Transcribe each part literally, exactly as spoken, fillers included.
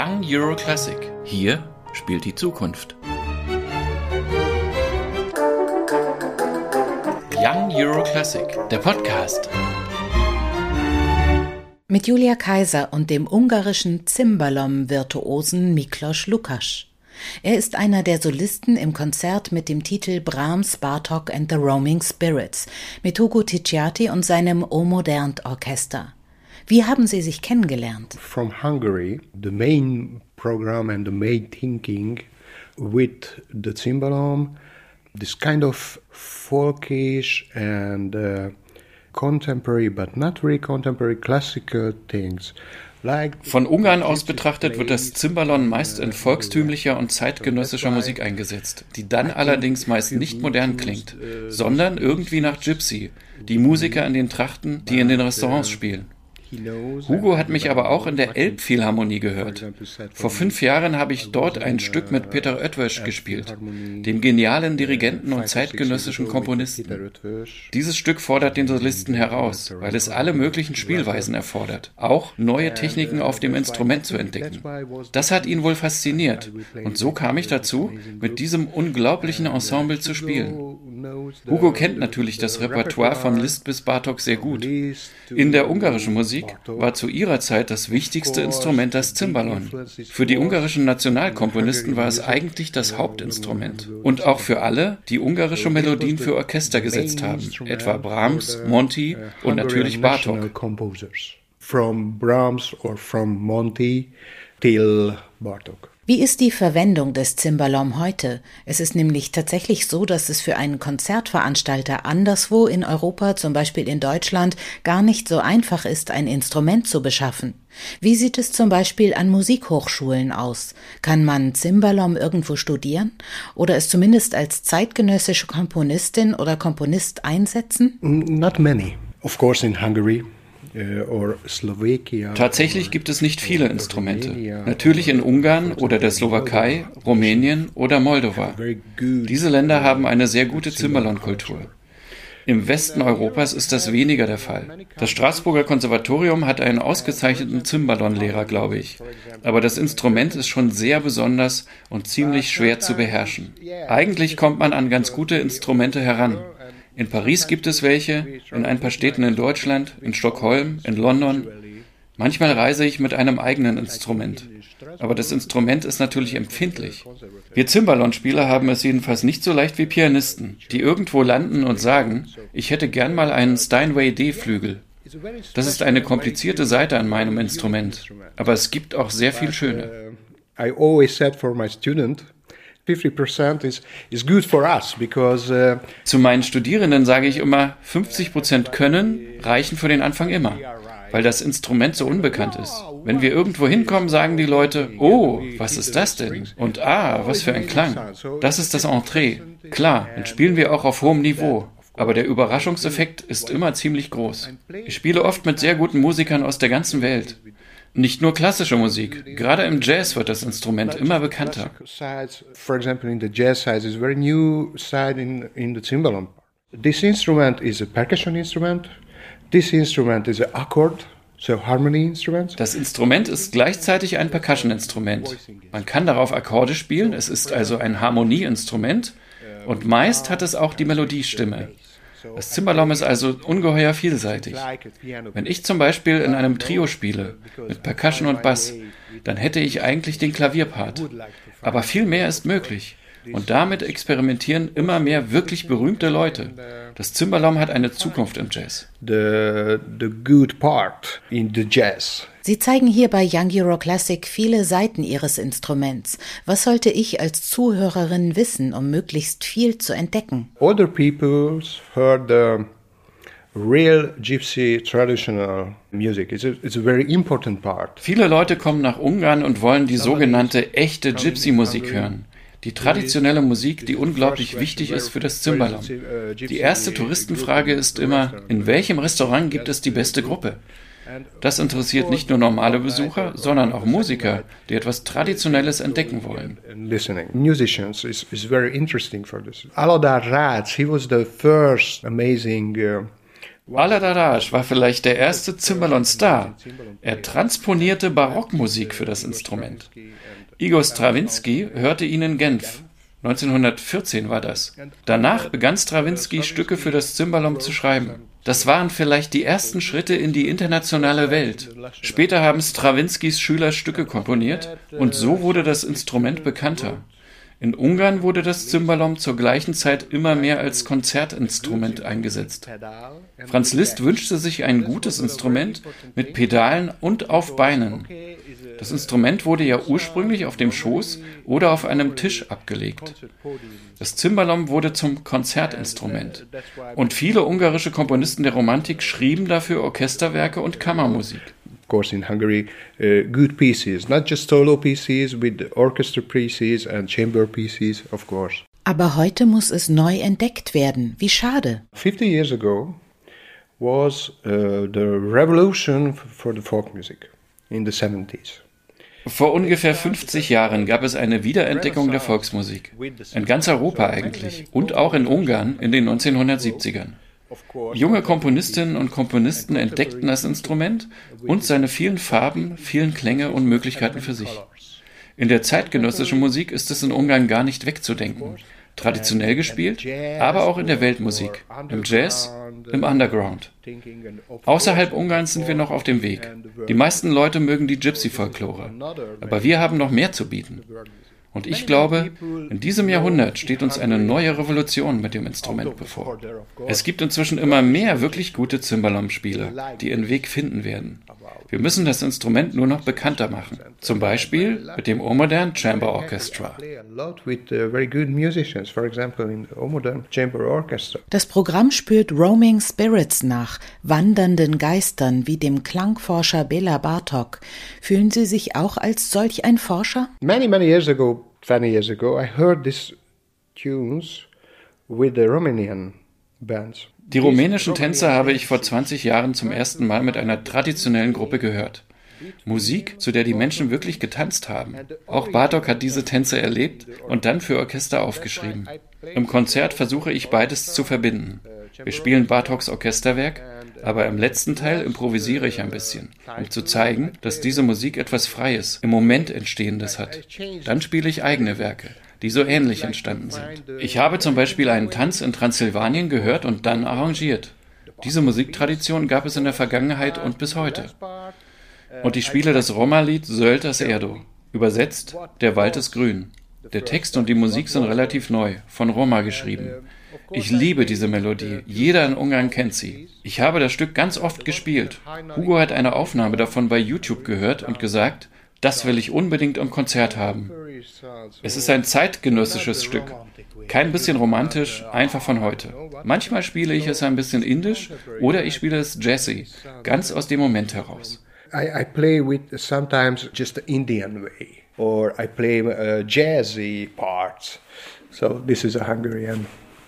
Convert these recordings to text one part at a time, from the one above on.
Young Euro Classic. Hier spielt die Zukunft. Young Euro Classic, der Podcast. Mit Julia Kaiser und dem ungarischen Cimbalom-Virtuosen Miklos Lukács. Er ist einer der Solisten im Konzert mit dem Titel Brahms, Bartók and the Roaming Spirits mit Hugo Ticciati und seinem O Modernt Orchester. Wie haben Sie sich kennengelernt? From Hungary, the main program and the main thinking with the cimbalom, this kind of folkish and uh, contemporary, but not really contemporary, classical things. Von Ungarn aus betrachtet wird das Cimbalom meist in volkstümlicher und zeitgenössischer Musik eingesetzt, die dann allerdings meist nicht modern klingt, sondern irgendwie nach Gypsy, die Musiker in den Trachten, die in den Restaurants spielen. Hugo hat mich aber auch in der Elbphilharmonie gehört. Vor fünf Jahren habe ich dort ein Stück mit Peter Ötvös gespielt, dem genialen Dirigenten und zeitgenössischen Komponisten. Dieses Stück fordert den Solisten heraus, weil es alle möglichen Spielweisen erfordert, auch neue Techniken auf dem Instrument zu entdecken. Das hat ihn wohl fasziniert und so kam ich dazu, mit diesem unglaublichen Ensemble zu spielen. Hugo kennt natürlich das Repertoire von Liszt bis Bartók sehr gut. In der ungarischen Musik war zu ihrer Zeit das wichtigste Instrument das Cimbalom. Für die ungarischen Nationalkomponisten war es eigentlich das Hauptinstrument. Und auch für alle, die ungarische Melodien für Orchester gesetzt haben, etwa Brahms, Monti und natürlich Bartók. From Brahms or from Monti till Bartók. Wie ist die Verwendung des Cimbalom heute? Es ist nämlich tatsächlich so, dass es für einen Konzertveranstalter anderswo in Europa, zum Beispiel in Deutschland, gar nicht so einfach ist, ein Instrument zu beschaffen. Wie sieht es zum Beispiel an Musikhochschulen aus? Kann man Cimbalom irgendwo studieren oder es zumindest als zeitgenössische Komponistin oder Komponist einsetzen? Not many. Of course in Hungary. Tatsächlich gibt es nicht viele Instrumente. Natürlich in Ungarn oder der Slowakei, Rumänien oder Moldova. Diese Länder haben eine sehr gute Cimbalom-Kultur. Im Westen Europas ist das weniger der Fall. Das Straßburger Konservatorium hat einen ausgezeichneten Cimbalom-Lehrer, glaube ich. Aber das Instrument ist schon sehr besonders und ziemlich schwer zu beherrschen. Eigentlich kommt man an ganz gute Instrumente heran. In Paris gibt es welche, in ein paar Städten in Deutschland, in Stockholm, in London. Manchmal reise ich mit einem eigenen Instrument. Aber das Instrument ist natürlich empfindlich. Wir Cimbalom-Spieler haben es jedenfalls nicht so leicht wie Pianisten, die irgendwo landen und sagen, ich hätte gern mal einen Steinway D-Flügel. Das ist eine komplizierte Seite an meinem Instrument. Aber es gibt auch sehr viel Schöne. I always said for my student, fifty percent is, is good for us because, uh, Zu meinen Studierenden sage ich immer, fünfzig Prozent können reichen für den Anfang immer, weil das Instrument so unbekannt ist. Wenn wir irgendwo hinkommen, sagen die Leute, oh, was ist das denn? Und ah, was für ein Klang. Das ist das Entree. Klar, dann spielen wir auch auf hohem Niveau. Aber der Überraschungseffekt ist immer ziemlich groß. Ich spiele oft mit sehr guten Musikern aus der ganzen Welt. Nicht nur klassische Musik, gerade im Jazz wird das Instrument immer bekannter. For example, in the jazz side is very new side in in the cimbalom. This instrument is a percussion instrument. This instrument is an accord, so harmony instrument. Das Instrument ist gleichzeitig ein Percussion-Instrument. Man kann darauf Akkorde spielen, es ist also ein Harmonieinstrument und meist hat es auch die Melodiestimme. Das Cimbalom ist also ungeheuer vielseitig. Wenn ich zum Beispiel in einem Trio spiele, mit Percussion und Bass, dann hätte ich eigentlich den Klavierpart. Aber viel mehr ist möglich. Und damit experimentieren immer mehr wirklich berühmte Leute. Das Cimbalom hat eine Zukunft im Jazz. The, the good part in the jazz. Sie zeigen hier bei Young Euro Classic viele Seiten Ihres Instruments. Was sollte ich als Zuhörerin wissen, um möglichst viel zu entdecken? Other people heard the real gypsy traditional music. It's a, it's a very important part. Viele Leute kommen nach Ungarn und wollen die sogenannte echte Gypsy-Musik hören. Die traditionelle Musik, die unglaublich wichtig ist für das Cimbalom. Die erste Touristenfrage ist immer, in welchem Restaurant gibt es die beste Gruppe? Das interessiert nicht nur normale Besucher, sondern auch Musiker, die etwas Traditionelles entdecken wollen. Musicians is, is very interesting for this. Alodar Rácz, he was the first amazing uh, Aladar Raj war vielleicht der erste Cimbalom-Star. Er transponierte Barockmusik für das Instrument. Igor Strawinsky hörte ihn in Genf. neunzehnhundertvierzehn war das. Danach begann Strawinsky, Stücke für das Cimbalom zu schreiben. Das waren vielleicht die ersten Schritte in die internationale Welt. Später haben Strawinskys Schüler Stücke komponiert und so wurde das Instrument bekannter. In Ungarn wurde das Cimbalom zur gleichen Zeit immer mehr als Konzertinstrument eingesetzt. Franz Liszt wünschte sich ein gutes Instrument mit Pedalen und auf Beinen. Das Instrument wurde ja ursprünglich auf dem Schoß oder auf einem Tisch abgelegt. Das Cimbalom wurde zum Konzertinstrument. Und viele ungarische Komponisten der Romantik schrieben dafür Orchesterwerke und Kammermusik. Of course, in Hungary, uh, good pieces, not just solo pieces, with orchestra pieces and chamber pieces, of course. Aber heute muss es neu entdeckt werden. Wie schade. fifty years ago was uh, the revolution for the folk music in the seventies. Vor ungefähr fünfzig Jahren gab es eine Wiederentdeckung der Volksmusik. In ganz Europa eigentlich und auch in Ungarn in den neunzehnhundertsiebzigern. Junge Komponistinnen und Komponisten entdeckten das Instrument und seine vielen Farben, vielen Klänge und Möglichkeiten für sich. In der zeitgenössischen Musik ist es in Ungarn gar nicht wegzudenken. Traditionell gespielt, aber auch in der Weltmusik, im Jazz, im Underground. Außerhalb Ungarns sind wir noch auf dem Weg. Die meisten Leute mögen die Gypsy-Folklore, aber wir haben noch mehr zu bieten. Und ich glaube, in diesem Jahrhundert steht uns eine neue Revolution mit dem Instrument bevor. Es gibt inzwischen immer mehr wirklich gute Cimbalom-Spieler, die ihren Weg finden werden. Wir müssen das Instrument nur noch bekannter machen. Zum Beispiel mit dem Omodern Chamber Orchestra. Das Programm spürt Roaming Spirits nach, wandernden Geistern wie dem Klangforscher Bela Bartok. Fühlen Sie sich auch als solch ein Forscher? Many, many years ago, twenty years ago, I heard these tunes with the Romanian bands. Die rumänischen Tänze habe ich vor zwanzig Jahren zum ersten Mal mit einer traditionellen Gruppe gehört. Musik, zu der die Menschen wirklich getanzt haben. Auch Bartok hat diese Tänze erlebt und dann für Orchester aufgeschrieben. Im Konzert versuche ich beides zu verbinden. Wir spielen Bartoks Orchesterwerk, aber im letzten Teil improvisiere ich ein bisschen, um zu zeigen, dass diese Musik etwas Freies, im Moment Entstehendes hat. Dann spiele ich eigene Werke, die so ähnlich entstanden sind. Ich habe zum Beispiel einen Tanz in Transsilvanien gehört und dann arrangiert. Diese Musiktradition gab es in der Vergangenheit und bis heute. Und ich spiele das Roma-Lied Zöld Erdo, übersetzt Der Wald ist grün. Der Text und die Musik sind relativ neu, von Roma geschrieben. Ich liebe diese Melodie, jeder in Ungarn kennt sie. Ich habe das Stück ganz oft gespielt. Hugo hat eine Aufnahme davon bei YouTube gehört und gesagt, das will ich unbedingt im Konzert haben. Es ist ein zeitgenössisches Stück. Kein bisschen romantisch, einfach von heute. Manchmal spiele ich es ein bisschen indisch oder ich spiele es jazzy, ganz aus dem Moment heraus. I, I play with sometimes just the Indian way, or I play uh, jazzy parts. So this is a Hungarian,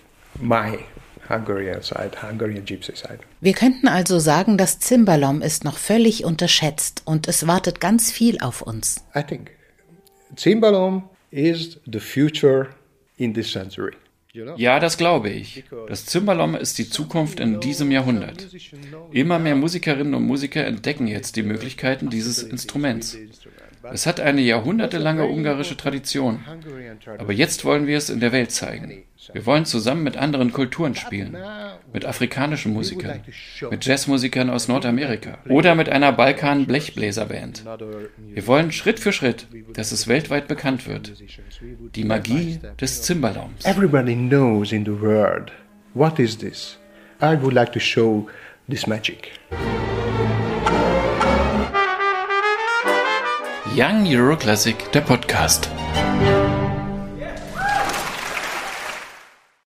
my Hungarian side, Hungarian Gypsy side. Wir könnten also sagen, das Cimbalom ist noch völlig unterschätzt und es wartet ganz viel auf uns. I think Cimbalom is the future in this century. Ja, das glaube ich. Das Cimbalom ist die Zukunft in diesem Jahrhundert. Immer mehr Musikerinnen und Musiker entdecken jetzt die Möglichkeiten dieses Instruments. Es hat eine jahrhundertelange ungarische Tradition. Aber jetzt wollen wir es in der Welt zeigen. Wir wollen zusammen mit anderen Kulturen spielen. Mit afrikanischen Musikern, mit Jazzmusikern aus Nordamerika oder mit einer Balkan-Blechbläserband. Wir wollen Schritt für Schritt, dass es weltweit bekannt wird. Die Magie des Cimbaloms. Everybody knows in the world, what is this? I would like to show this magic. Young Euro Classic, der Podcast.